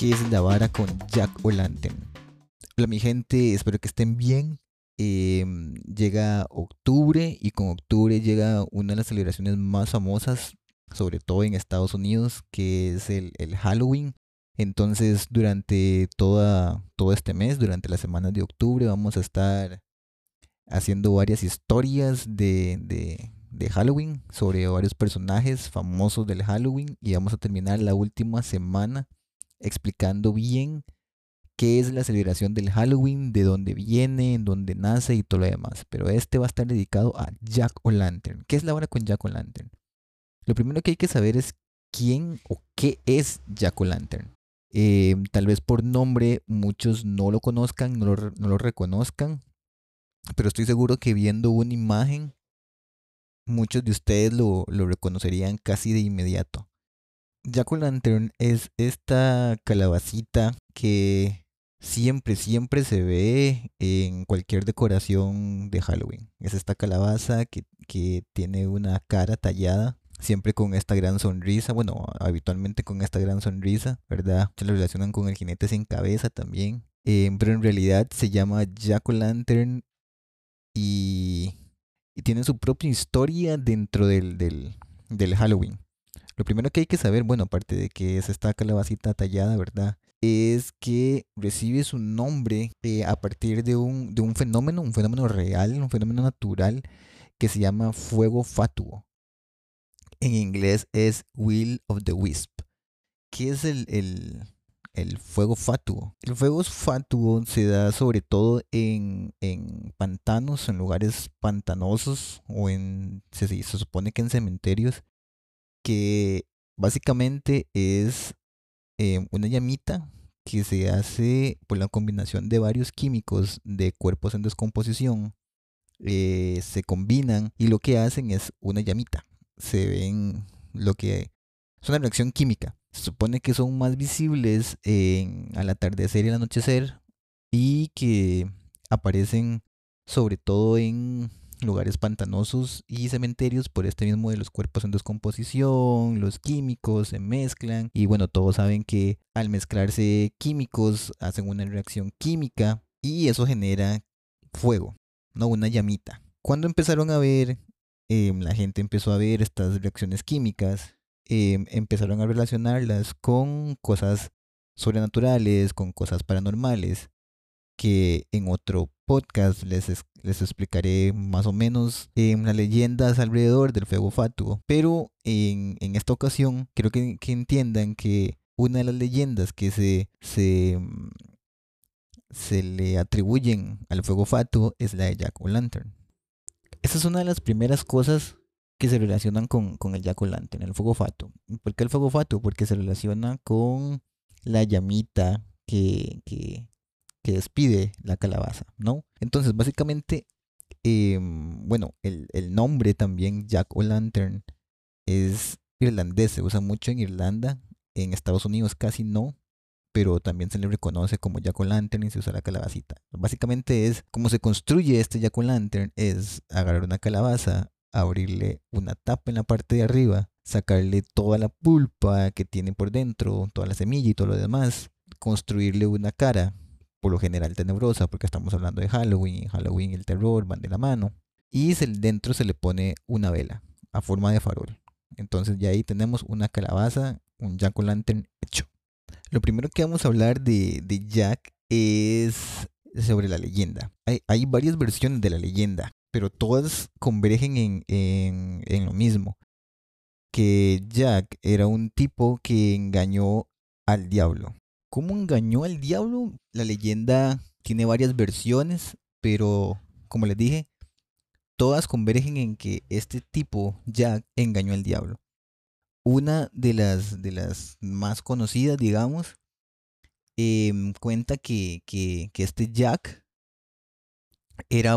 qué es la vara con Jack O'Lantern. Hola mi gente, espero que estén bien. Llega octubre y con octubre llega una de las celebraciones más famosas, sobre todo en Estados Unidos, que es el Halloween. Entonces durante todo este mes, durante las semanas de octubre, vamos a estar haciendo varias historias de Halloween sobre varios personajes famosos del Halloween y vamos a terminar la última semana explicando bien qué es la celebración del Halloween, de dónde viene, en dónde nace y todo lo demás. Pero este va a estar dedicado a Jack O'Lantern. ¿Qué es la hora con Jack O'Lantern? Lo primero que hay que saber es quién o qué es Jack O'Lantern. Tal vez por nombre muchos no lo conozcan, no lo reconozcan, pero estoy seguro que viendo una imagen muchos de ustedes lo reconocerían casi de inmediato. Jack O'Lantern es esta calabacita que siempre se ve en cualquier decoración de Halloween. Es esta calabaza que tiene una cara tallada, siempre con esta gran sonrisa, bueno, habitualmente con esta gran sonrisa, ¿verdad? Se lo relacionan con el jinete sin cabeza también. Pero en realidad se llama Jack O'Lantern y, y tiene su propia historia dentro del Halloween. Lo primero que hay que saber, bueno, aparte de que es esta calabacita tallada, ¿verdad? Es que recibe su nombre a partir de un fenómeno real, un fenómeno natural que se llama fuego fatuo. En inglés es Will of the Wisp. ¿Qué es el fuego fatuo? El fuego fatuo se da sobre todo en pantanos, en lugares pantanosos o se supone que en cementerios, que básicamente es una llamita que se hace por la combinación de varios químicos de cuerpos en descomposición, se combinan y lo que hacen es una llamita. Se ven lo que es una reacción química. Se supone que son más visibles al atardecer y al anochecer y que aparecen sobre todo en lugares pantanosos y cementerios por este mismo de los cuerpos en descomposición, los químicos se mezclan y bueno, todos saben que al mezclarse químicos hacen una reacción química y eso genera fuego, no una llamita. Cuando empezaron a ver, la gente empezó a ver estas reacciones químicas, empezaron a relacionarlas con cosas sobrenaturales, con cosas paranormales que en otro podcast les explicaré más o menos las leyendas alrededor del fuego fatuo. Pero en esta ocasión quiero que entiendan que una de las leyendas que se le atribuyen al fuego fatuo es la de Jack O'Lantern. Esa es una de las primeras cosas que se relacionan con el Jack O'Lantern, el fuego fatuo. ¿Por qué el fuego fatuo? Porque se relaciona con la llamita que despide la calabaza, ¿no? Entonces, básicamente, bueno, el nombre también, Jack O'Lantern, es irlandés, se usa mucho en Irlanda, en Estados Unidos casi no, pero también se le reconoce como Jack O'Lantern y se usa la calabacita. Básicamente es cómo se construye este Jack O'Lantern, es agarrar una calabaza, abrirle una tapa en la parte de arriba, sacarle toda la pulpa que tiene por dentro, toda la semilla y todo lo demás, construirle una cara, por lo general tenebrosa, porque estamos hablando de Halloween, y Halloween y el terror van de la mano, y dentro se le pone una vela a forma de farol. Entonces ya ahí tenemos una calabaza, un Jack O'Lantern hecho. Lo primero que vamos a hablar de Jack es sobre la leyenda. Hay varias versiones de la leyenda, pero todas convergen en lo mismo, que Jack era un tipo que engañó al diablo. ¿Cómo engañó al diablo? La leyenda tiene varias versiones, pero como les dije, todas convergen en que este tipo, Jack, engañó al diablo. Una de las más conocidas, digamos, cuenta que este Jack era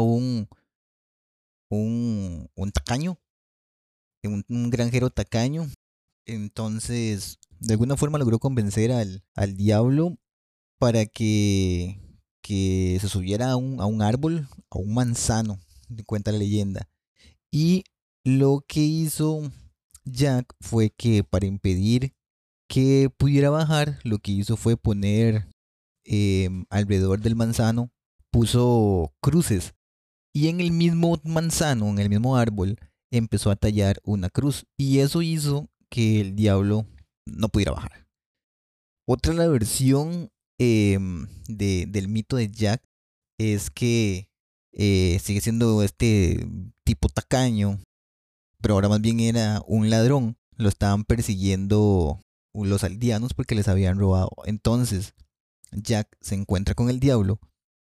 un tacaño, un granjero tacaño. Entonces, de alguna forma logró convencer al diablo para que se subiera a un árbol, a un manzano, cuenta la leyenda. Y lo que hizo Jack fue que para impedir que pudiera bajar, lo que hizo fue poner alrededor del manzano, puso cruces. Y en el mismo manzano, en el mismo árbol, empezó a tallar una cruz. Y eso hizo que el diablo no pudiera bajar. Otra la versión del mito de Jack es que sigue siendo este tipo tacaño, pero ahora más bien era un ladrón. Lo estaban persiguiendo los aldeanos porque les habían robado. Entonces, Jack se encuentra con el diablo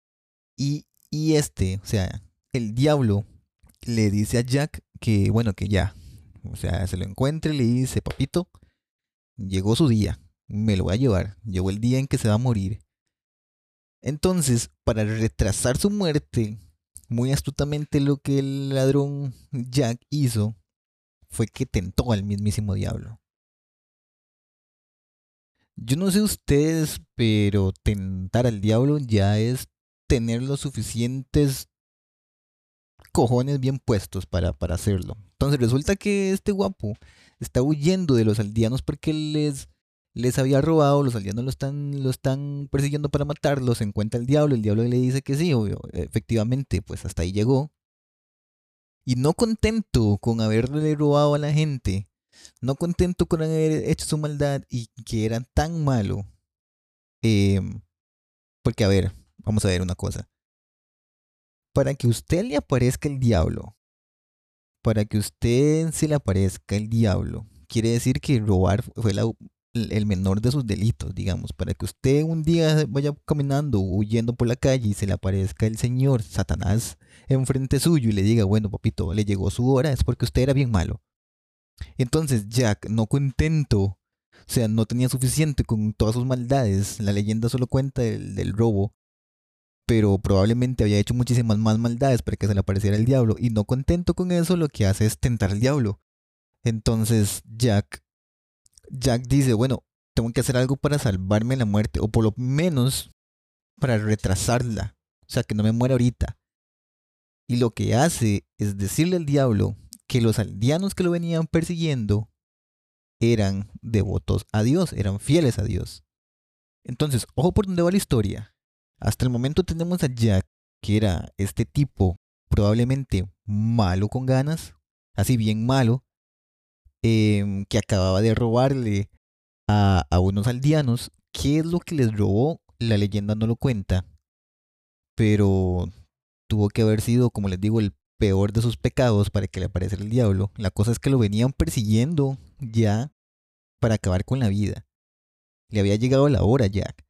o sea, el diablo le dice a Jack que, bueno, que ya, o sea, se lo encuentra y le dice, papito, llegó su día, me lo voy a llevar, llegó el día en que se va a morir. Entonces, para retrasar su muerte, muy astutamente lo que el ladrón Jack hizo fue que tentó al mismísimo diablo. Yo no sé ustedes, pero tentar al diablo ya es tener los suficientes cojones bien puestos para hacerlo. Entonces resulta que este guapo está huyendo de los aldeanos porque les había robado, los aldeanos lo están persiguiendo para matarlo, se encuentra el diablo le dice que sí, obvio, efectivamente, pues hasta ahí llegó. Y no contento con haberle robado a la gente, no contento con haber hecho su maldad y que era tan malo, eh, porque a ver, vamos a ver una cosa. Para que usted le aparezca el diablo, para que usted se le aparezca el diablo, quiere decir que robar fue el menor de sus delitos, digamos. Para que usted un día vaya caminando, huyendo por la calle y se le aparezca el señor Satanás enfrente suyo y le diga, bueno, papito, le llegó su hora, es porque usted era bien malo. Entonces Jack, no contento, o sea, no tenía suficiente con todas sus maldades, la leyenda solo cuenta del robo, pero probablemente había hecho muchísimas más maldades para que se le apareciera el diablo, y no contento con eso, lo que hace es tentar al diablo. Entonces Jack dice, bueno, tengo que hacer algo para salvarme la muerte, o por lo menos para retrasarla, o sea, que no me muera ahorita. Y lo que hace es decirle al diablo que los aldeanos que lo venían persiguiendo eran devotos a Dios, eran fieles a Dios. Entonces, ojo por dónde va la historia. Hasta el momento tenemos a Jack, que era este tipo probablemente malo con ganas, así bien malo, que acababa de robarle a unos aldeanos. ¿Qué es lo que les robó? La leyenda no lo cuenta, pero tuvo que haber sido, como les digo, el peor de sus pecados para que le apareciera el diablo. La cosa es que lo venían persiguiendo ya para acabar con la vida. Le había llegado la hora a Jack.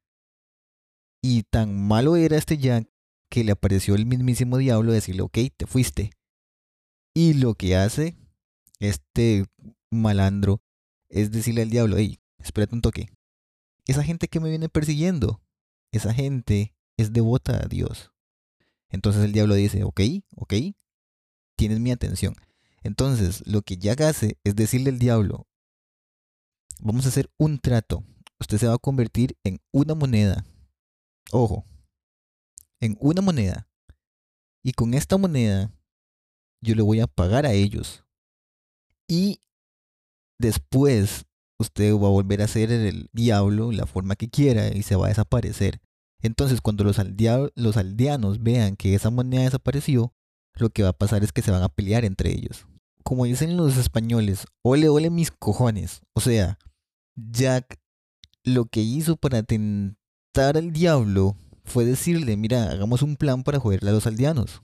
Y tan malo era este Jack que le apareció el mismísimo diablo decirle, ok, te fuiste. Y lo que hace este malandro es decirle al diablo, hey, espérate un toque. Esa gente que me viene persiguiendo, esa gente es devota a Dios. Entonces el diablo dice, ok, ok, tienes mi atención. Entonces lo que Jack hace es decirle al diablo, vamos a hacer un trato. Usted se va a convertir en una moneda. Ojo, en una moneda. Y con esta moneda yo le voy a pagar a ellos. Y después usted va a volver a ser el diablo, la forma que quiera, y se va a desaparecer. Entonces, cuando los aldeanos vean que esa moneda desapareció, lo que va a pasar es que se van a pelear entre ellos. Como dicen los españoles, ole, ole mis cojones. O sea, Jack lo que hizo para tentar al diablo fue decirle, mira, hagamos un plan para joderle a los aldeanos.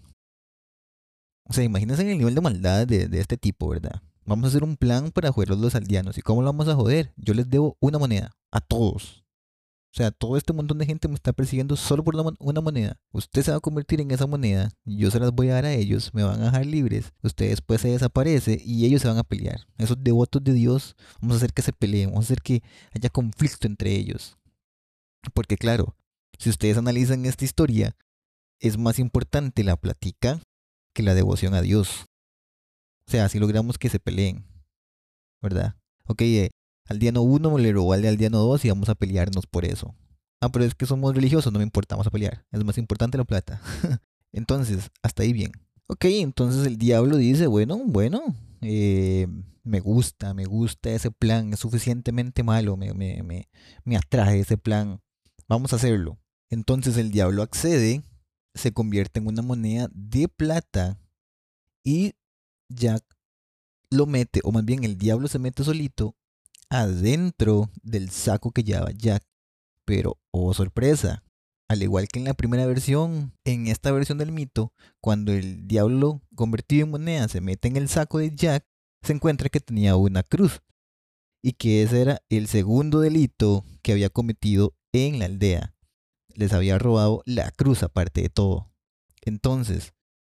O sea, imagínense el nivel de maldad de este tipo, ¿verdad? Vamos a hacer un plan para joder a los aldeanos. ¿Y cómo lo vamos a joder? Yo les debo una moneda a todos. O sea, todo este montón de gente me está persiguiendo solo por una moneda. Usted se va a convertir en esa moneda, yo se las voy a dar a ellos, me van a dejar libres. Usted después se desaparece y ellos se van a pelear. Esos devotos de Dios, vamos a hacer que se peleen, vamos a hacer que haya conflicto entre ellos. Porque claro, si ustedes analizan esta historia, es más importante la plática que la devoción a Dios. O sea, si logramos que se peleen, ¿verdad? Ok, aldeano 1 le robó al aldeano 2 y vamos a pelearnos por eso. Ah, pero es que somos religiosos, no me importa, vamos a pelear. Es más importante la plata. Entonces, hasta ahí bien. Ok, entonces el diablo dice, bueno, me gusta ese plan, es suficientemente malo, me atrae ese plan, vamos a hacerlo. Entonces el diablo accede, se convierte en una moneda de plata y Jack lo mete, o más bien el diablo se mete solito adentro del saco que lleva Jack. Pero, oh sorpresa, al igual que en la primera versión, en esta versión del mito, cuando el diablo convertido en moneda se mete en el saco de Jack, se encuentra que tenía una cruz y que ese era el segundo delito que había cometido en la aldea. Les había robado la cruz aparte de todo. Entonces,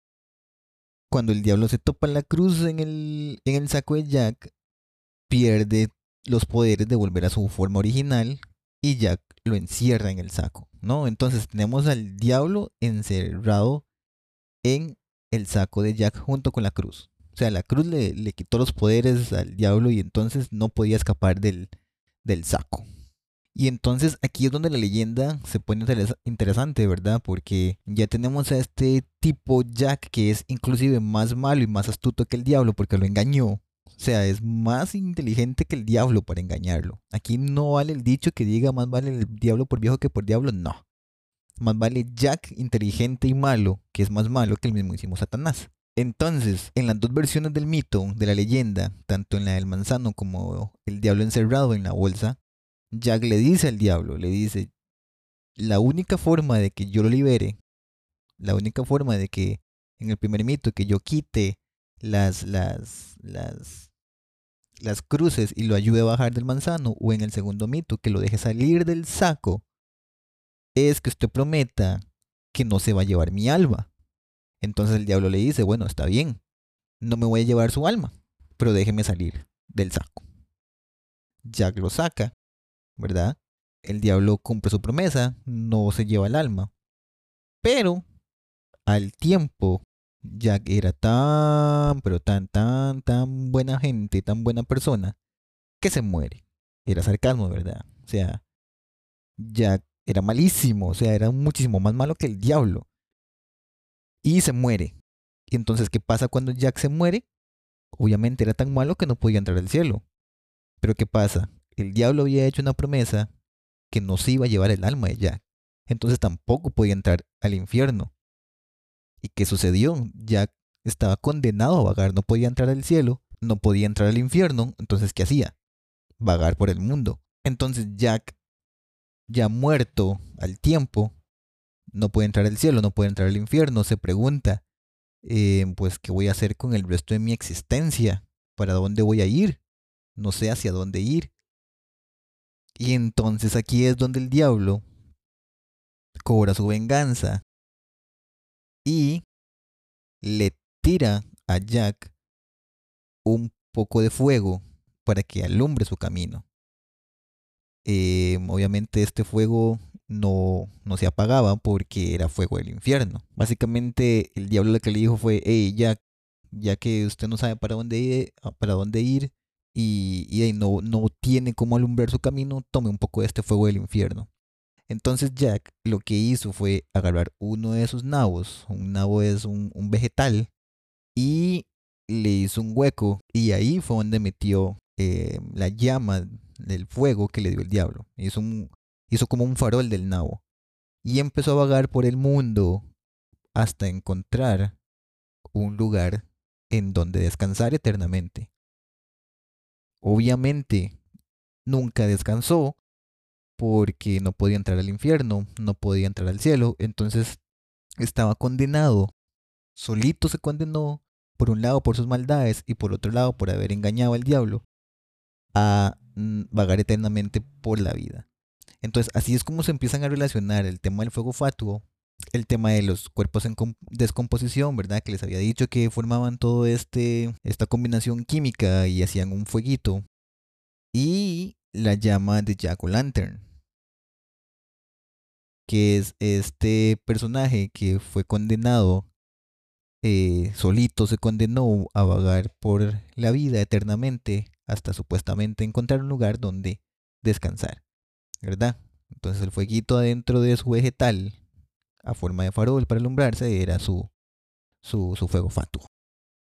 cuando el diablo se topa la cruz en el saco de Jack, pierde los poderes de volver a su forma original y Jack lo encierra en el saco, ¿no? Entonces tenemos al diablo encerrado en el saco de Jack junto con la cruz. O sea, la cruz le quitó los poderes al diablo y entonces no podía escapar del saco. Y entonces aquí es donde la leyenda se pone interesante, ¿verdad? Porque ya tenemos a este tipo Jack que es inclusive más malo y más astuto que el diablo porque lo engañó. O sea, es más inteligente que el diablo para engañarlo. Aquí no vale el dicho que diga más vale el diablo por viejo que por diablo, no. Más vale Jack inteligente y malo, que es más malo que el mismísimo Satanás. Entonces, en las dos versiones del mito, de la leyenda, tanto en la del manzano como el diablo encerrado en la bolsa, Jack le dice al diablo, le dice, la única forma de que yo lo libere, la única forma de que en el primer mito que yo quite las, las, las, las cruces y lo ayude a bajar del manzano, o en el segundo mito que lo deje salir del saco, es que usted prometa que no se va a llevar mi alma. Entonces el diablo le dice, bueno, está bien, no me voy a llevar su alma, pero déjeme salir del saco. Jack lo saca, ¿verdad? El diablo cumple su promesa, no se lleva el alma. Pero al tiempo, Jack era tan, pero tan buena gente, tan buena persona, que se muere. Era sarcasmo, ¿verdad? O sea, Jack era malísimo, o sea, era muchísimo más malo que el diablo. Y se muere. Y entonces, ¿qué pasa cuando Jack se muere? Obviamente era tan malo que no podía entrar al cielo. Pero ¿qué pasa? El diablo había hecho una promesa que no se iba a llevar el alma de Jack. Entonces tampoco podía entrar al infierno. ¿Y qué sucedió? Jack estaba condenado a vagar, no podía entrar al cielo, no podía entrar al infierno, entonces ¿qué hacía? Vagar por el mundo. Entonces Jack, ya muerto al tiempo, no puede entrar al cielo, no puede entrar al infierno, se pregunta, pues, ¿qué voy a hacer con el resto de mi existencia? ¿Para dónde voy a ir? No sé hacia dónde ir. Y entonces aquí es donde el diablo cobra su venganza y le tira a Jack un poco de fuego para que alumbre su camino. Obviamente este fuego no se apagaba porque era fuego del infierno. Básicamente el diablo lo que le dijo fue, hey Jack, ya que usted no sabe para dónde ir y no tiene cómo alumbrar su camino, tome un poco de este fuego del infierno. Entonces Jack lo que hizo fue agarrar uno de sus nabos, un nabo es un vegetal, y le hizo un hueco y ahí fue donde metió la llama del fuego que le dio el diablo. Hizo como un farol del nabo y empezó a vagar por el mundo hasta encontrar un lugar en donde descansar eternamente. Obviamente nunca descansó porque no podía entrar al infierno, no podía entrar al cielo, entonces estaba condenado, solito se condenó, por un lado por sus maldades y por otro lado por haber engañado al diablo, a vagar eternamente por la vida. Entonces así es como se empiezan a relacionar el tema del fuego fatuo, el tema de los cuerpos en descomposición, ¿verdad? Que les había dicho que formaban todo esta combinación química y hacían un fueguito, y la llama de Jack O'Lantern, que es este personaje que fue condenado, solito se condenó a vagar por la vida eternamente hasta supuestamente encontrar un lugar donde descansar, ¿verdad? Entonces el fueguito adentro de su vegetal, a forma de farol para alumbrarse, era su fuego fatuo.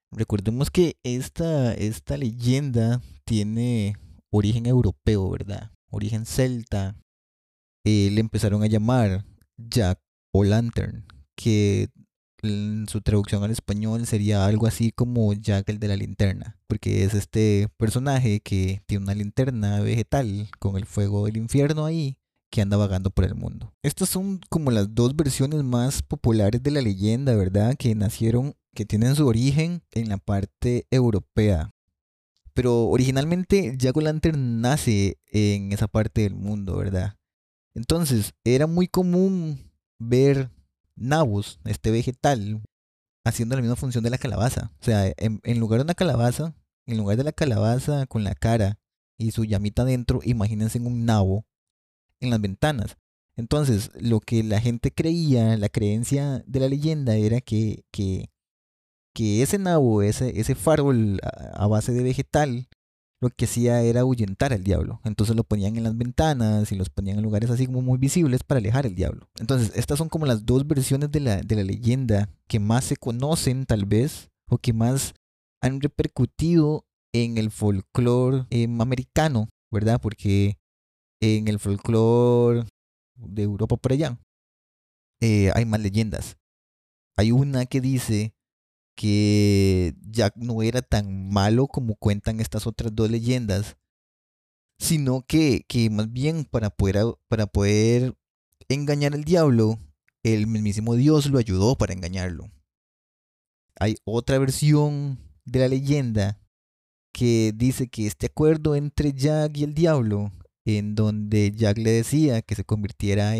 Recordemos que esta leyenda tiene origen europeo, ¿verdad? Origen celta. Le empezaron a llamar Jack O'Lantern, que en su traducción al español sería algo así como Jack el de la linterna, porque es este personaje que tiene una linterna vegetal con el fuego del infierno ahí que anda vagando por el mundo. Estas son como las dos versiones más populares de la leyenda, ¿verdad? Que nacieron, que tienen su origen en la parte europea. Pero originalmente Jack O'Lantern nace en esa parte del mundo, ¿verdad? Entonces, era muy común ver nabos, este vegetal, haciendo la misma función de la calabaza. O sea, en lugar de una calabaza, en lugar de la calabaza con la cara y su llamita adentro, imagínense un nabo en las ventanas. Entonces, lo que la gente creía, la creencia de la leyenda era que ese nabo, ese farol a base de vegetal, lo que hacía era ahuyentar al diablo. Entonces lo ponían en las ventanas y los ponían en lugares así como muy visibles para alejar al diablo. Entonces, estas son como las dos versiones de la leyenda que más se conocen tal vez o que más han repercutido en el folclore americano, ¿verdad? Porque en el folclore de Europa por allá hay más leyendas. Hay una que dice que Jack no era tan malo como cuentan estas otras dos leyendas, sino que más bien para poder engañar al diablo, el mismísimo Dios lo ayudó para engañarlo. Hay otra versión de la leyenda que dice que este acuerdo entre Jack y el diablo, en donde Jack le decía que se convirtiera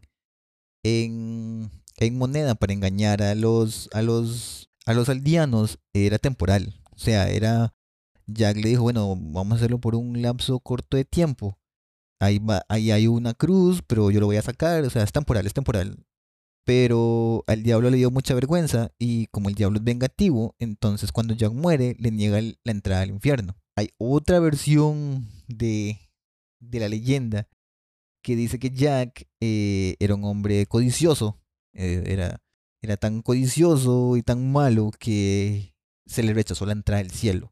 en moneda para engañar a los aldeanos, era temporal. O sea, Jack le dijo, bueno, vamos a hacerlo por un lapso corto de tiempo. Ahí hay una cruz, pero yo lo voy a sacar, o sea, es temporal, es temporal. Pero al diablo le dio mucha vergüenza y como el diablo es vengativo, entonces cuando Jack muere le niega la entrada al infierno. Hay otra versión de la leyenda que dice que Jack era un hombre codicioso, era tan codicioso y tan malo que se le rechazó la entrada al cielo.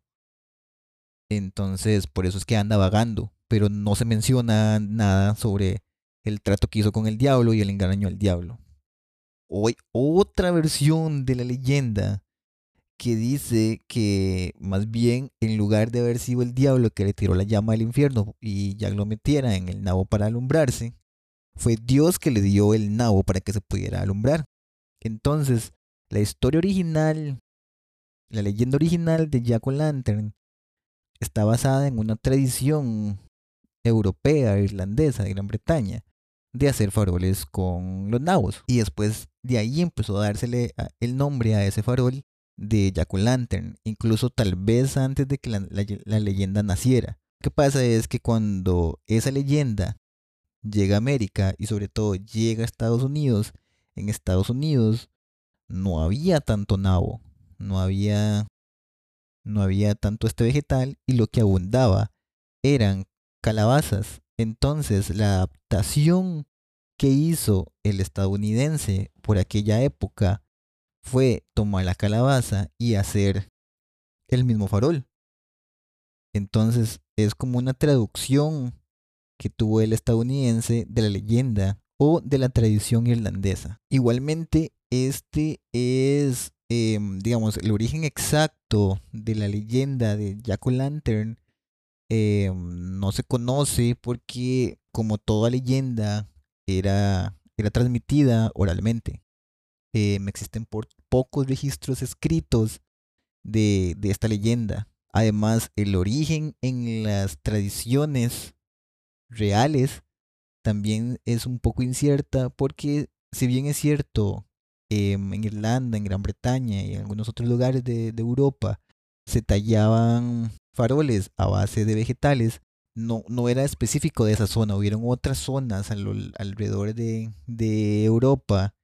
Entonces, por eso es que anda vagando, pero no se menciona nada sobre el trato que hizo con el diablo y el engaño al diablo. Hoy, otra versión de la leyenda que dice que más bien en lugar de haber sido el diablo que le tiró la llama del infierno y ya lo metiera en el nabo para alumbrarse, fue Dios que le dio el nabo para que se pudiera alumbrar. Entonces, la historia original, la leyenda original de Jack O'Lantern está basada en una tradición europea, irlandesa, de Gran Bretaña, de hacer faroles con los nabos. Y después de ahí empezó a dársele el nombre a ese farol de Jack O'Lantern, incluso tal vez antes de que la leyenda naciera. Lo que pasa es que cuando esa leyenda llega a América y sobre todo llega a Estados Unidos, en Estados Unidos no había tanto nabo, no había, no había tanto este vegetal y lo que abundaba eran calabazas. Entonces la adaptación que hizo el estadounidense por aquella época fue tomar la calabaza y hacer el mismo farol. Entonces es como una traducción que tuvo el estadounidense de la leyenda o de la tradición irlandesa. Igualmente, este es, digamos, el origen exacto de la leyenda de Jack O'Lantern. No se conoce porque, como toda leyenda, era transmitida oralmente. Existen pocos registros escritos de esta leyenda. Además, el origen en las tradiciones reales también es un poco incierta porque si bien es cierto, en Irlanda, en Gran Bretaña y en algunos otros lugares de Europa se tallaban faroles a base de vegetales, no era específico de esa zona, hubieron otras zonas alrededor de Europa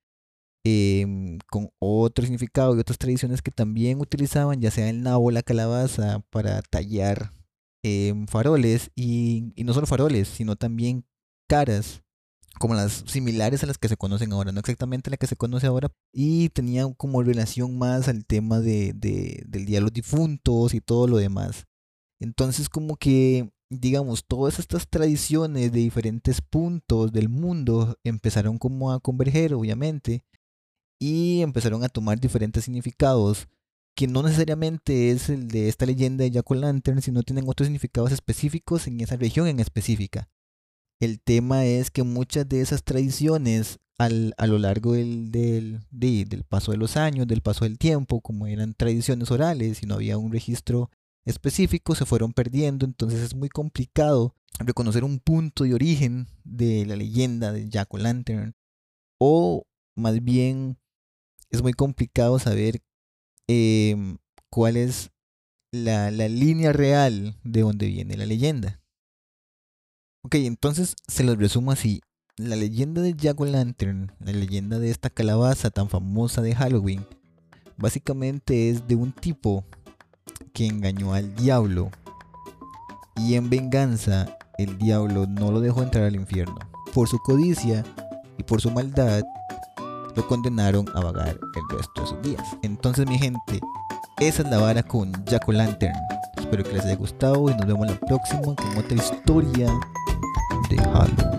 con otro significado y otras tradiciones que también utilizaban ya sea el nabo o la calabaza para tallar faroles y no solo faroles, sino también caras como las similares a las que se conocen ahora, no exactamente la que se conoce ahora, y tenía como relación más al tema del Día de los Difuntos y todo lo demás. Entonces como que, digamos, todas estas tradiciones de diferentes puntos del mundo empezaron como a converger, obviamente, y empezaron a tomar diferentes significados, que no necesariamente es el de esta leyenda de Jack O'Lantern, sino tienen otros significados específicos en esa región en específica. El tema es que muchas de esas tradiciones a lo largo del paso de los años, del paso del tiempo, como eran tradiciones orales y no había un registro específico, se fueron perdiendo. Entonces es muy complicado reconocer un punto de origen de la leyenda de Jack O'Lantern, o más bien es muy complicado saber cuál es la línea real de donde viene la leyenda. Ok, entonces se los resumo así. La leyenda de Jack O'Lantern, la leyenda de esta calabaza tan famosa de Halloween, básicamente es de un tipo que engañó al diablo y en venganza el diablo no lo dejó entrar al infierno. Por su codicia y por su maldad lo condenaron a vagar el resto de sus días. Entonces mi gente, esa es la vara con Jack O'Lantern. Espero que les haya gustado y nos vemos la próxima con otra historia de Halloween.